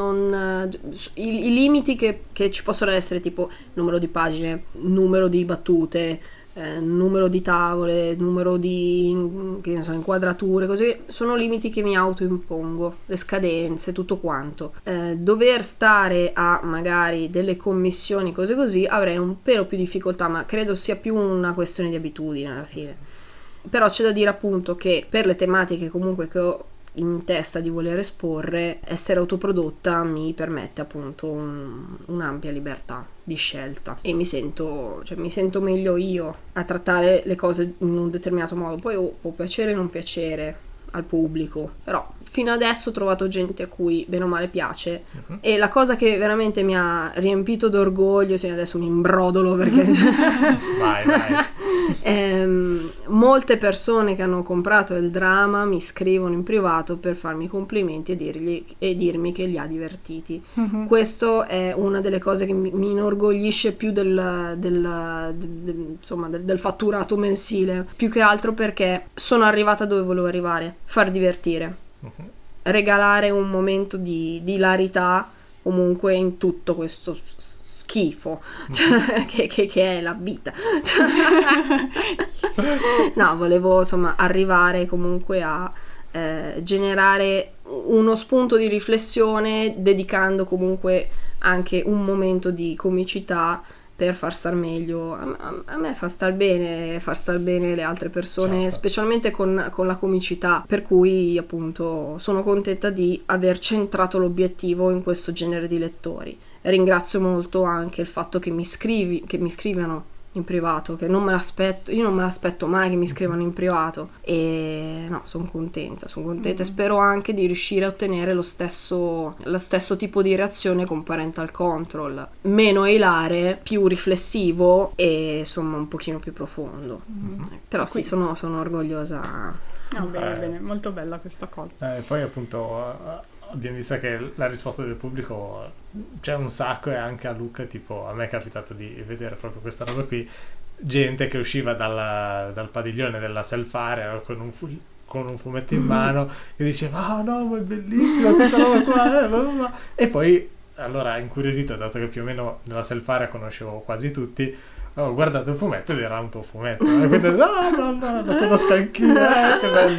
I limiti che ci possono essere, tipo numero di pagine, numero di battute, numero di tavole, numero di, che ne so, inquadrature, così, sono limiti che mi autoimpongo, le scadenze, tutto quanto. Dover stare a magari delle commissioni, cose così, avrei un pelo più difficoltà, ma credo sia più una questione di abitudine alla fine. Però c'è da dire appunto che per le tematiche comunque che ho in testa di voler esporre, essere autoprodotta mi permette appunto un'ampia libertà di scelta e mi sento meglio io a trattare le cose in un determinato modo. Poi può piacere o non piacere al pubblico, però fino adesso ho trovato gente a cui bene o male piace, e la cosa che veramente mi ha riempito d'orgoglio, sì, adesso un imbrodolo perché Vai. molte persone che hanno comprato il drama mi scrivono in privato per farmi complimenti e dirmi che li ha divertiti. Questo è una delle cose che mi inorgoglisce più del fatturato mensile, più che altro perché sono arrivata dove volevo arrivare: far divertire, regalare un momento di ilarità comunque in tutto questo schifo, cioè, che è la vita. No, volevo insomma arrivare comunque a generare uno spunto di riflessione, dedicando comunque anche un momento di comicità per far star meglio a me, far star bene le altre persone, certo, specialmente con la comicità, per cui appunto sono contenta di aver centrato l'obiettivo in questo genere di lettori. Ringrazio molto anche il fatto che mi scrivano in privato, che io non me l'aspetto mai che mi scrivano in privato, e no, sono contenta e spero anche di riuscire a ottenere lo stesso tipo di reazione con Parental Control, meno ilare, più riflessivo e insomma un pochino più profondo. Però sì, sono orgogliosa. Bene, molto bella questa cosa. Poi appunto abbiamo visto che la risposta del pubblico c'è un sacco, e anche a Luca, tipo, a me è capitato di vedere proprio questa roba qui, gente che usciva dal padiglione della Selfarea con un fumetto in mano e diceva: ah no, ma è bellissima questa roba qua, e poi allora, incuriosito, dato che più o meno nella Selfarea conoscevo quasi tutti, ho guardato il fumetto ed era un tuo fumetto, e quindi no, lo conosco anch'io, che bello.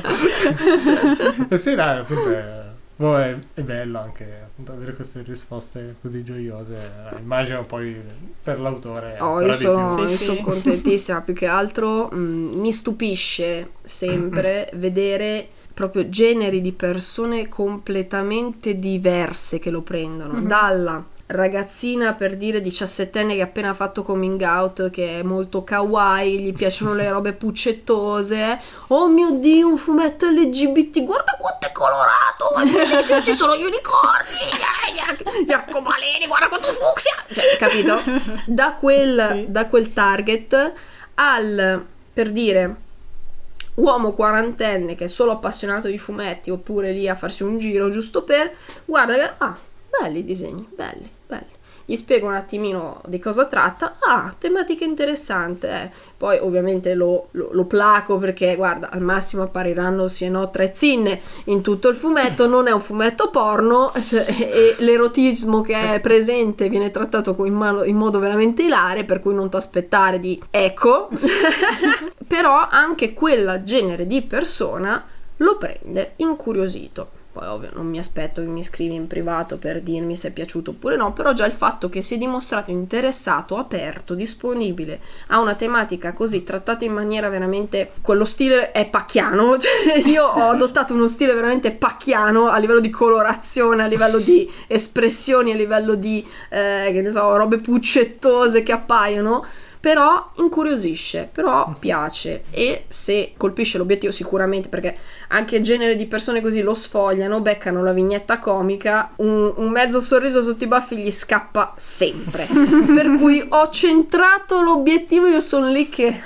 E sì, dai, appunto è bello anche appunto avere queste risposte così gioiose. Immagino poi per l'autore io sono contentissima. Più che altro mi stupisce sempre vedere proprio generi di persone completamente diverse che lo prendono, dalla ragazzina, per dire 17enne che ha appena fatto coming out, che è molto kawaii, gli piacciono le robe puccettose, oh mio Dio, un fumetto LGBT, guarda quanto è colorato, è bellissimo, ci sono gli unicorni, gli arcobaleni, guarda quanto fucsia, cioè, capito? Da quel target al, per dire, uomo quarantenne che è solo appassionato di fumetti, oppure lì a farsi un giro giusto per, guarda, belli i disegni, belli. gli spiego un attimino di cosa tratta. Tematica interessante. Poi ovviamente lo placo, perché guarda, al massimo appariranno sì e no 3 zinne in tutto il fumetto, non è un fumetto porno, e l'erotismo che è presente viene trattato in modo veramente ilare, per cui non ti aspettare di ecco. Però anche quel genere di persona lo prende incuriosito. Poi ovvio non mi aspetto che mi scrivi in privato per dirmi se è piaciuto oppure no, però già il fatto che si è dimostrato interessato, aperto, disponibile a una tematica così trattata in maniera veramente, quello stile è pacchiano, cioè io ho adottato uno stile veramente pacchiano a livello di colorazione, a livello di espressioni, a livello di che ne so, robe puccettose che appaiono. Però incuriosisce, però piace, e se colpisce l'obiettivo sicuramente, perché anche genere di persone così lo sfogliano, beccano la vignetta comica, un mezzo sorriso sotto i baffi gli scappa sempre. Per cui ho centrato l'obiettivo, io sono lì che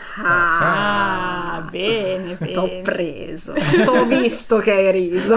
bene, t'ho preso, t'ho visto che hai riso.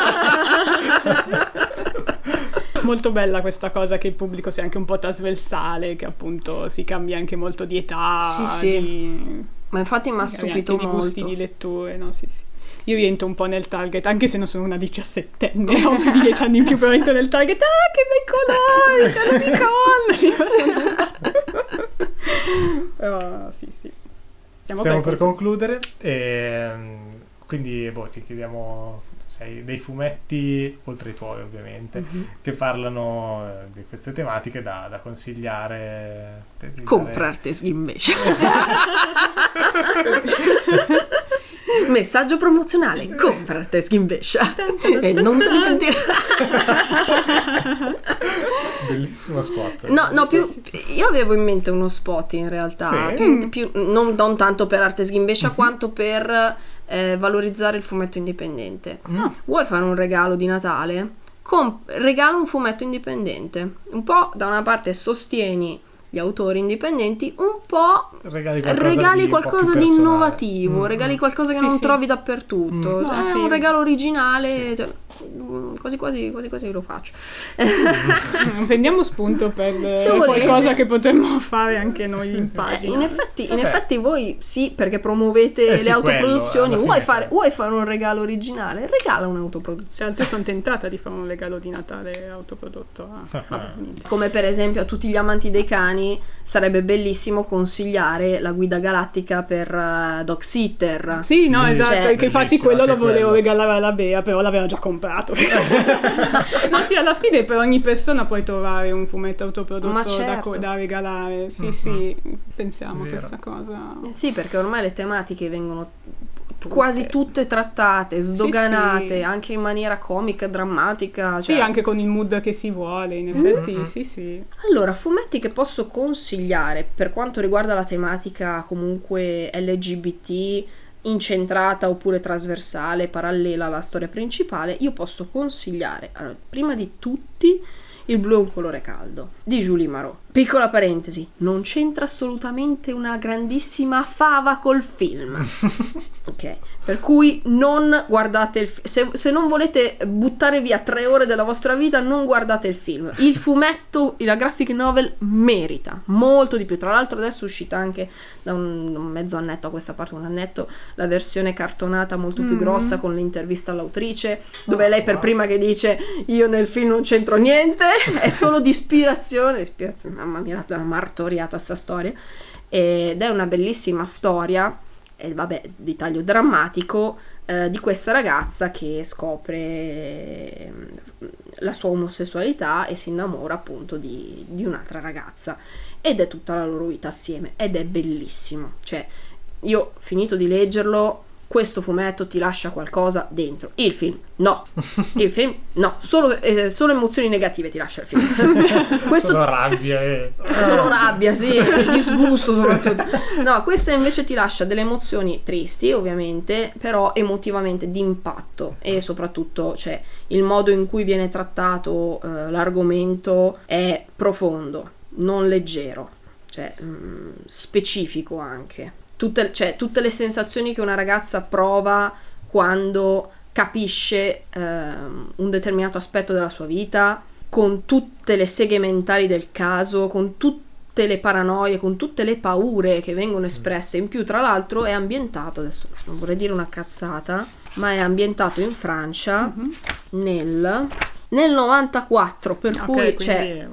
Molto bella questa cosa che il pubblico sia anche un po' trasversale, che appunto si cambia anche molto di età, sì. Ma infatti mi ha stupito anche molto. Di gusti di letture, no? Sì. Io rientro un po' nel target, anche se non sono una 17enne, ho più di 10 anni in più, però entro nel target, che bei colori, ce lo però sì. Stiamo per concludere, e quindi ti chiediamo dei fumetti, oltre ai tuoi ovviamente, che parlano di queste tematiche da consigliare. Compra Arteschi invece. Messaggio promozionale: compra Arteschi invece e non te ne pentirai. Bellissimo spot. No, io avevo in mente uno spot in realtà, più non tanto per Arteschi invece quanto per valorizzare il fumetto indipendente. Vuoi fare un regalo di Natale? Regala un fumetto indipendente. Un po' da una parte sostieni gli autori indipendenti, un po' regali qualcosa di innovativo, regali qualcosa che non trovi dappertutto. È un regalo originale. Cioè, quasi lo faccio. Prendiamo spunto per qualcosa che potremmo fare anche noi in pagina. In effetti voi sì, perché promuovete le autoproduzioni. Vuoi fare un regalo originale? Regala un'autoproduzione. Io sono tentata di fare un regalo di Natale autoprodotto. Come per esempio a tutti gli amanti dei cani sarebbe bellissimo consigliare la guida galattica per dog sitter. Sì, no, esatto, che infatti quello lo volevo regalare alla Bea, però l'aveva già comprato. No, sì, alla fine per ogni persona puoi trovare un fumetto autoprodotto da regalare. Sì, pensiamo a questa cosa. Sì, perché ormai le tematiche vengono quasi tutte trattate, sdoganate, anche in maniera comica, drammatica. Sì, anche con il mood che si vuole, in effetti, sì. Allora, fumetti che posso consigliare per quanto riguarda la tematica comunque LGBT, incentrata oppure trasversale, parallela alla storia principale, io posso consigliare, prima di tutti, Il blu è un colore caldo di Julie Marot. Piccola parentesi, non c'entra assolutamente una grandissima fava col film. Ok, per cui non guardate il film. Se non volete buttare via 3 ore della vostra vita, non guardate il film. Il fumetto, la graphic novel merita molto di più. Tra l'altro adesso è uscita anche da un mezzo annetto a questa parte, un annetto, la versione cartonata molto più grossa con l'intervista all'autrice, dove lei per prima che dice io nel film non c'entro niente, è solo di ispirazione, mamma mia, l'ha martoriata sta storia, ed è una bellissima storia, di taglio drammatico, di questa ragazza che scopre la sua omosessualità e si innamora appunto di un'altra ragazza, ed è tutta la loro vita assieme, ed è bellissimo. Cioè, io finito di leggerlo, questo fumetto ti lascia qualcosa dentro. Il film no, solo emozioni negative ti lascia il film. Solo rabbia solo rabbia, sì, disgusto soprattutto. No, questa invece ti lascia delle emozioni tristi, ovviamente, però emotivamente d'impatto, e soprattutto, cioè, il modo in cui viene trattato l'argomento è profondo, non leggero, cioè specifico anche. Tutte le sensazioni che una ragazza prova quando capisce un determinato aspetto della sua vita, con tutte le seghe mentali del caso, con tutte le paranoie, con tutte le paure che vengono espresse. In più, tra l'altro, è ambientato, adesso non vorrei dire una cazzata, ma è ambientato in Francia nel 94, per cui c'è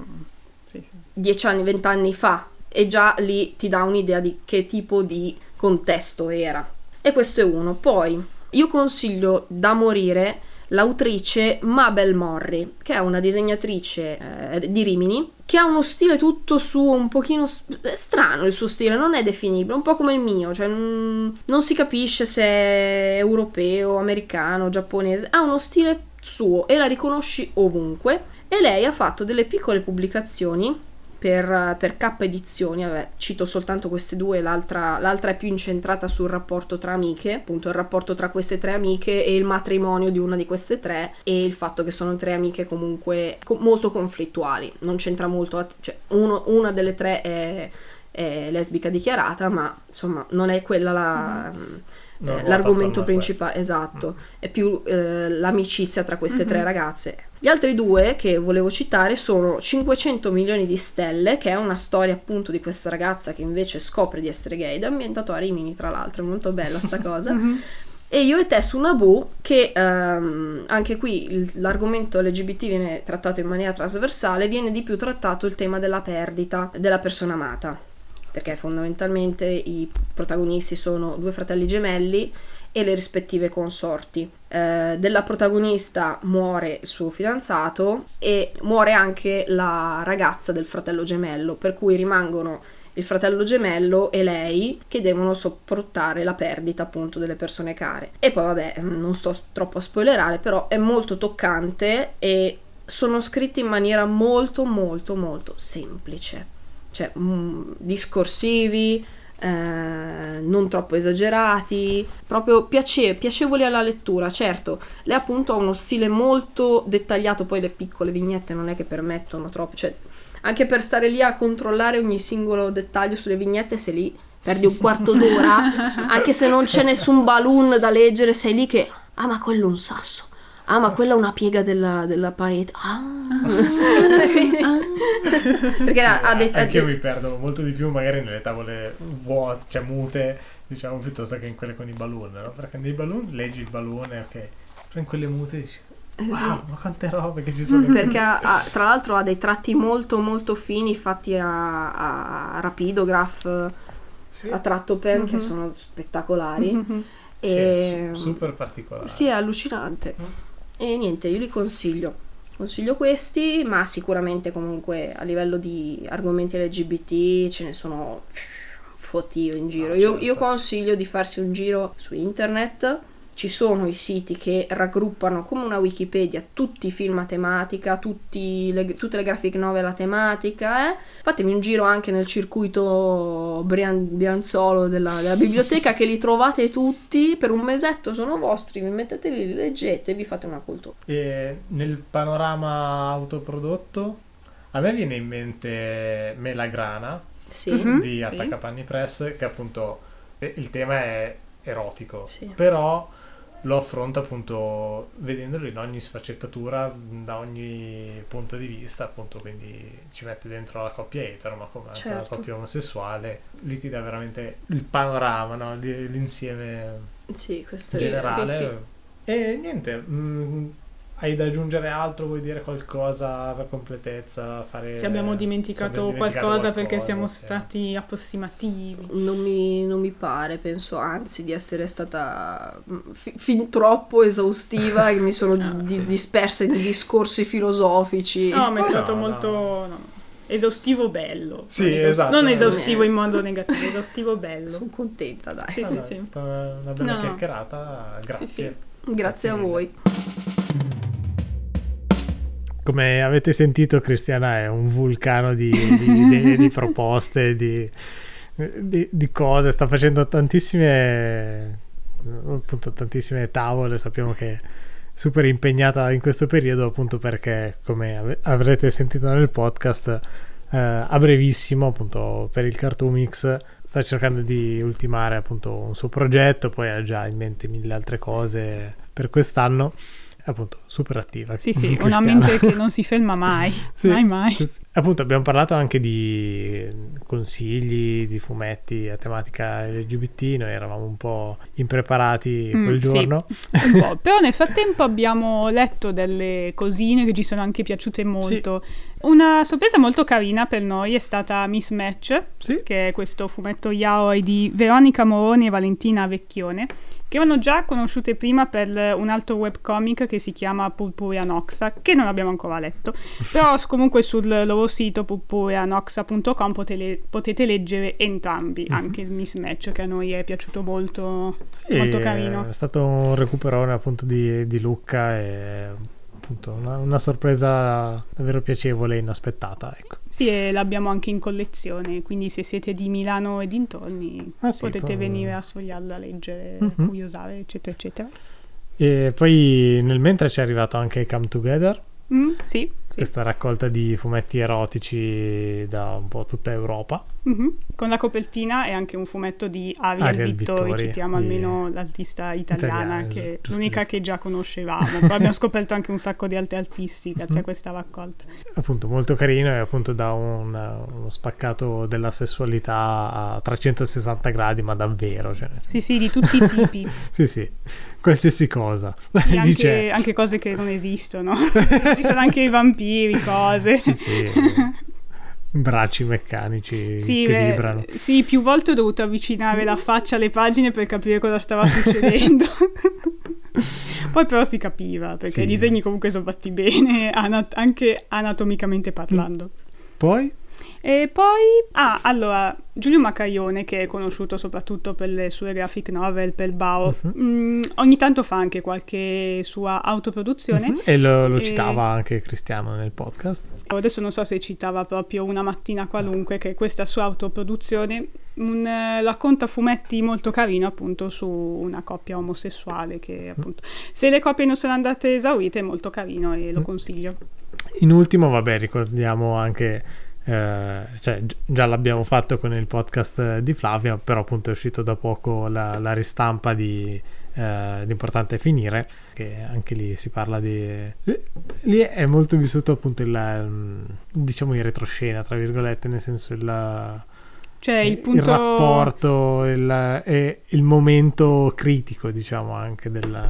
10 anni, 20 anni fa, e già lì ti dà un'idea di che tipo di contesto era. E questo è uno. Poi io consiglio da morire l'autrice Mabel Morri, che è una disegnatrice di Rimini, che ha uno stile tutto suo, un pochino strano. Il suo stile non è definibile, un po' come il mio, cioè non si capisce se è europeo, americano, giapponese. Ha uno stile suo e la riconosci ovunque. E lei ha fatto delle piccole pubblicazioni per K Edizioni. Vabbè, cito soltanto queste due, l'altra è più incentrata sul rapporto tra amiche, appunto il rapporto tra queste tre amiche e il matrimonio di una di queste tre, e il fatto che sono tre amiche comunque molto conflittuali. Non c'entra molto, cioè una delle tre è lesbica dichiarata, ma insomma non è quella l'argomento principale, esatto, è più l'amicizia tra queste tre ragazze. Gli altri due che volevo citare sono 500 milioni di stelle, che è una storia appunto di questa ragazza che invece scopre di essere gay, ed è ambientato a Rimini, tra l'altro, è molto bella sta cosa. E Io e te su Naboo, che anche qui l'argomento LGBT viene trattato in maniera trasversale, viene di più trattato il tema della perdita della persona amata, perché fondamentalmente i protagonisti sono due fratelli gemelli e le rispettive consorti. Della protagonista muore il suo fidanzato e muore anche la ragazza del fratello gemello, per cui rimangono il fratello gemello e lei che devono sopportare la perdita appunto delle persone care. E poi vabbè, non sto troppo a spoilerare, però è molto toccante e sono scritti in maniera molto molto molto semplice, cioè discorsivi, non troppo esagerati, proprio piacevoli alla lettura. Certo, lei appunto ha uno stile molto dettagliato, poi le piccole vignette non è che permettono troppo, cioè anche per stare lì a controllare ogni singolo dettaglio sulle vignette, se lì perdi un quarto d'ora, anche se non c'è nessun balloon da leggere, sei lì che ma quello è un sasso, ma quella è una piega della parete, perché anche io mi perdo molto di più magari nelle tavole vuote, cioè mute, diciamo, piuttosto che in quelle con i balloon, no? Perché nei balloon leggi il balloon, ok, però in quelle mute dici wow, sì, ma quante robe che ci sono, perché tra l'altro ha dei tratti molto molto fini fatti a rapidograph, sì, a tratto pen, che sono spettacolari, e sì, super particolari, sì, è allucinante. E niente, io li consiglio questi, ma sicuramente comunque a livello di argomenti LGBT ce ne sono fottio in giro. Certo. Io consiglio di farsi un giro su internet. Ci sono i siti che raggruppano come una Wikipedia tutti i film a tematica, tutte le graphic novel a tematica. Fatemi un giro anche nel circuito Brianzolo della biblioteca, che li trovate tutti, per un mesetto sono vostri, vi mettete lì, li leggete e vi fate una cultura. E nel panorama autoprodotto a me viene in mente Melagrana, sì, di Attaccapanni Press, che appunto il tema è erotico, sì, però lo affronta appunto vedendolo in ogni sfaccettatura, da ogni punto di vista, appunto, quindi ci mette dentro la coppia etero, ma come anche, certo, la coppia omosessuale. Lì ti dà veramente il panorama, no? L'insieme, sì, questo generale. Sì, sì. E niente, hai da aggiungere altro? Vuoi dire qualcosa per completezza? Se abbiamo dimenticato qualcosa perché siamo stati approssimativi. Non mi pare, penso anzi di essere stata fin troppo esaustiva e mi sono dispersa in discorsi filosofici. No, ma è stato molto esaustivo bello. Sì, esatto. Non esaustivo in modo negativo, esaustivo bello. Sono contenta, dai. Sì, sì. È stata una bella chiacchierata, grazie. Sì. Grazie a voi. Come avete sentito, Cristiana è un vulcano di idee, di proposte, di cose. Sta facendo tantissime tavole. Sappiamo che è super impegnata in questo periodo, appunto perché, come avrete sentito nel podcast, a brevissimo, appunto, per il Cartoomix sta cercando di ultimare appunto un suo progetto, poi ha già in mente 1000 altre cose per quest'anno. appunto super attiva. Sì, una mente che non si ferma mai, sì, mai. Sì. Appunto abbiamo parlato anche di consigli, di fumetti a tematica LGBT, noi eravamo un po' impreparati quel giorno. Sì, un po'. Però nel frattempo abbiamo letto delle cosine che ci sono anche piaciute molto. Sì. Una sorpresa molto carina per noi è stata Mismatch, sì, che è questo fumetto yaoi di Veronica Moroni e Valentina Vecchione, che erano già conosciute prima per un altro webcomic che si chiama Purpurea Noxa, che non abbiamo ancora letto, però comunque sul loro sito purpureanoxa.com potete leggere entrambi, anche il Mismatch, che a noi è piaciuto molto, sì, molto carino. È stato un recuperone appunto di Lucca e appunto una sorpresa davvero piacevole e inaspettata, ecco. Sì, e l'abbiamo anche in collezione, quindi se siete di Milano e dintorni potete venire a sfogliarlo, a leggere, curiosare, eccetera eccetera. E poi nel mentre ci è arrivato anche Come Together, sì, questa raccolta di fumetti erotici da un po' tutta Europa. Con la copertina è anche un fumetto di Ariel Vittori, citiamo almeno l'artista italiana, che è l'unica che già conoscevamo. Poi abbiamo scoperto anche un sacco di altri artisti grazie a questa raccolta. Appunto molto carino, e appunto dà uno spaccato della sessualità a 360 gradi, ma davvero, cioè. Sì, di tutti i tipi. sì, qualsiasi cosa. Sì, anche cose che non esistono. Ci sono anche i vampiri, cose. Sì. Bracci meccanici che vibrano. Sì, più volte ho dovuto avvicinare la faccia alle pagine per capire cosa stava succedendo. Poi però si capiva, perché i disegni comunque sono fatti bene, anche anatomicamente parlando. Poi? E poi, allora, Giulio Macaione, che è conosciuto soprattutto per le sue graphic novel, per Bao, ogni tanto fa anche qualche sua autoproduzione. E lo citava anche Cristiano nel podcast. Adesso non so se citava proprio Una mattina qualunque, che è questa sua autoproduzione, racconta fumetti molto carino appunto su una coppia omosessuale che appunto, se le coppie non sono andate esaurite, è molto carino e lo consiglio. In ultimo, ricordiamo anche già l'abbiamo fatto con il podcast di Flavia, però appunto è uscito da poco la ristampa di L'importante è finire, che anche lì si parla lì è molto vissuto appunto diciamo il retroscena, tra virgolette, nel senso il punto, il rapporto e il momento critico, diciamo, anche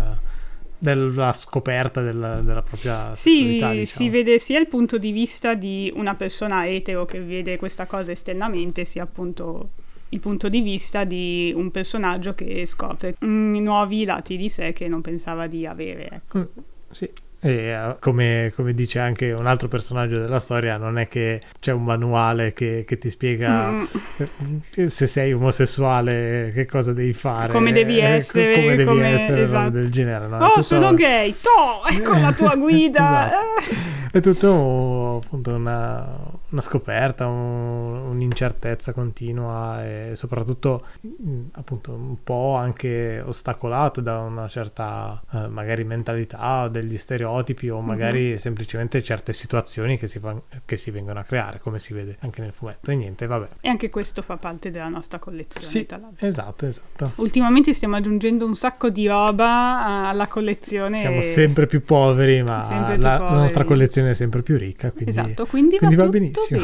della scoperta della propria sessualità, diciamo. Si vede sia il punto di vista di una persona etero che vede questa cosa esternamente, sia appunto il punto di vista di un personaggio che scopre nuovi lati di sé che non pensava di avere, ecco. Sì. E come dice anche un altro personaggio della storia, non è che c'è un manuale che ti spiega se sei omosessuale che cosa devi fare, come devi essere, esatto. Roba del genere, no? Sono gay, ecco la tua guida. Esatto. È tutto appunto una scoperta, un'incertezza continua e soprattutto appunto un po' anche ostacolato da una certa magari mentalità, degli stereotipi, o magari semplicemente certe situazioni che si vengono a creare, come si vede anche nel fumetto. E niente, vabbè. E anche questo fa parte della nostra collezione. Sì, esatto. Ultimamente stiamo aggiungendo un sacco di roba alla collezione. Siamo sempre più poveri, ma la nostra collezione è sempre più ricca. Quindi, quindi va benissimo.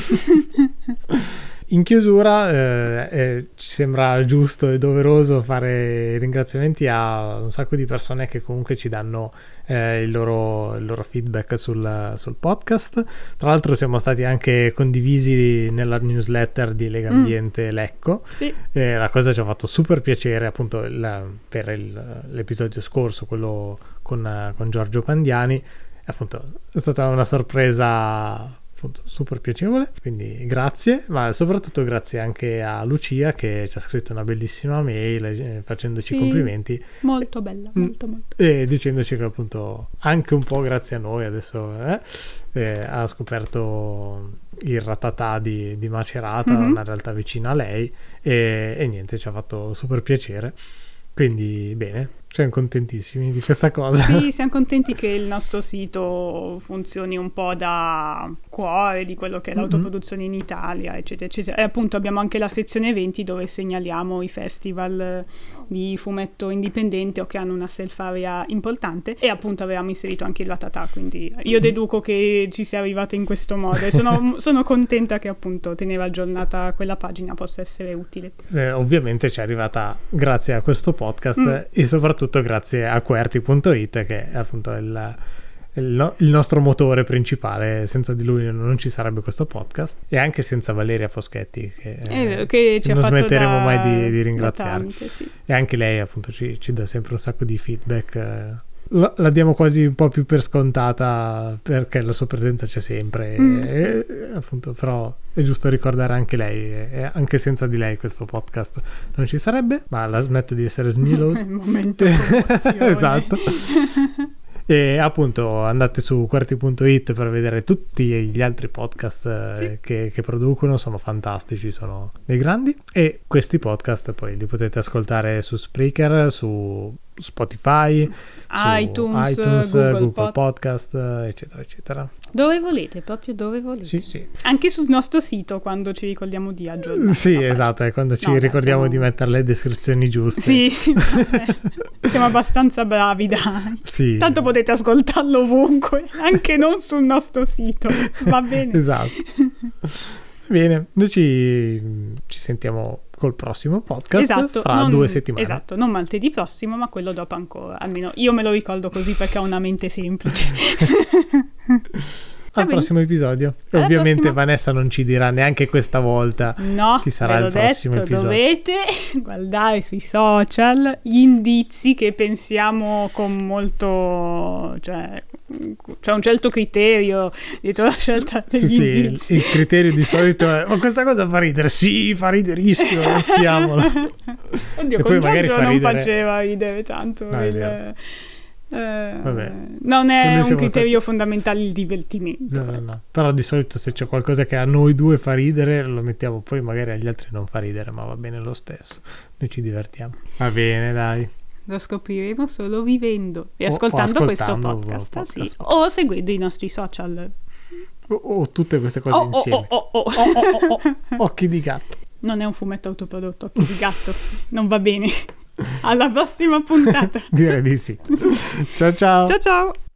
In chiusura ci sembra giusto e doveroso fare ringraziamenti a un sacco di persone che comunque ci danno il loro feedback sul podcast. Tra l'altro siamo stati anche condivisi nella newsletter di Lega Ambiente Lecco. Sì. La cosa ci ha fatto super piacere, appunto per l'episodio scorso, quello con Giorgio Pandiani. Appunto è stata una sorpresa appunto super piacevole, quindi grazie, ma soprattutto grazie anche a Lucia che ci ha scritto una bellissima mail facendoci complimenti, molto bella, molto e dicendoci che appunto anche un po' grazie a noi adesso ha scoperto il Ratatà di Macerata, una realtà vicina a lei, e niente, ci ha fatto super piacere. Quindi bene, Siamo contentissimi di questa cosa. Sì, siamo contenti che il nostro sito funzioni un po' da cuore di quello che è l'autoproduzione in Italia, eccetera, eccetera. E appunto abbiamo anche la sezione eventi dove segnaliamo i festival di fumetto indipendente o che hanno una self-area importante, e appunto avevamo inserito anche il Vatata, quindi io deduco che ci sia arrivata in questo modo e sono contenta che appunto tenere aggiornata quella pagina possa essere utile. Ovviamente ci è arrivata grazie a questo podcast e soprattutto grazie a QWERTY.it, che è appunto il nostro motore principale. Senza di lui non ci sarebbe questo podcast, e anche senza Valeria Foschetti che ci non ha fatto smetteremo mai di ringraziare, sì. E anche lei appunto ci dà sempre un sacco di feedback. La diamo quasi un po' più per scontata perché la sua presenza c'è sempre, e appunto, però è giusto ricordare anche lei, e anche senza di lei questo podcast non ci sarebbe. Ma la smetto di essere smiloso. Il momento commozione. Esatto. E appunto andate su QWERTY.it per vedere tutti gli altri podcast che producono, sono fantastici, sono dei grandi, e questi podcast poi li potete ascoltare su Spreaker, su Spotify, iTunes, Google Podcast, eccetera eccetera. Dove volete, proprio dove volete. Sì. Anche sul nostro sito, quando ci ricordiamo di aggiornare. Sì, esatto, è quando ci ricordiamo di mettere le descrizioni giuste. Sì, siamo abbastanza bravi, dai. Sì. Tanto potete ascoltarlo ovunque, anche non sul nostro sito, va bene. Esatto. Bene, noi ci sentiamo col prossimo podcast fra 2 settimane. Esatto, non martedì prossimo, ma quello dopo ancora. Almeno io me lo ricordo così perché ho una mente semplice. Al prossimo episodio. E ovviamente Vanessa non ci dirà neanche questa volta chi sarà il prossimo episodio. Dovete guardare sui social gli indizi che pensiamo con molto, cioè c'è un certo criterio dietro la scelta degli indizi. Il criterio di solito è: ma questa cosa fa ridere? Sì, fa riderissimo, mettiamolo. Oddio, e con poi magari Giorgio fa non ridere. faceva ridere tanto Vabbè. non è un criterio fondamentale il divertimento. No. Però di solito se c'è qualcosa che a noi due fa ridere lo mettiamo, poi magari agli altri non fa ridere, ma va bene lo stesso, noi ci divertiamo. Va bene, dai. Lo scopriremo solo vivendo e ascoltando questo podcast. Sì. O seguendo i nostri social. O tutte queste cose insieme. Occhi di gatto. Non è un fumetto autoprodotto, Occhi di gatto. Non va bene. Alla prossima puntata. Direi di sì. Ciao. Ciao.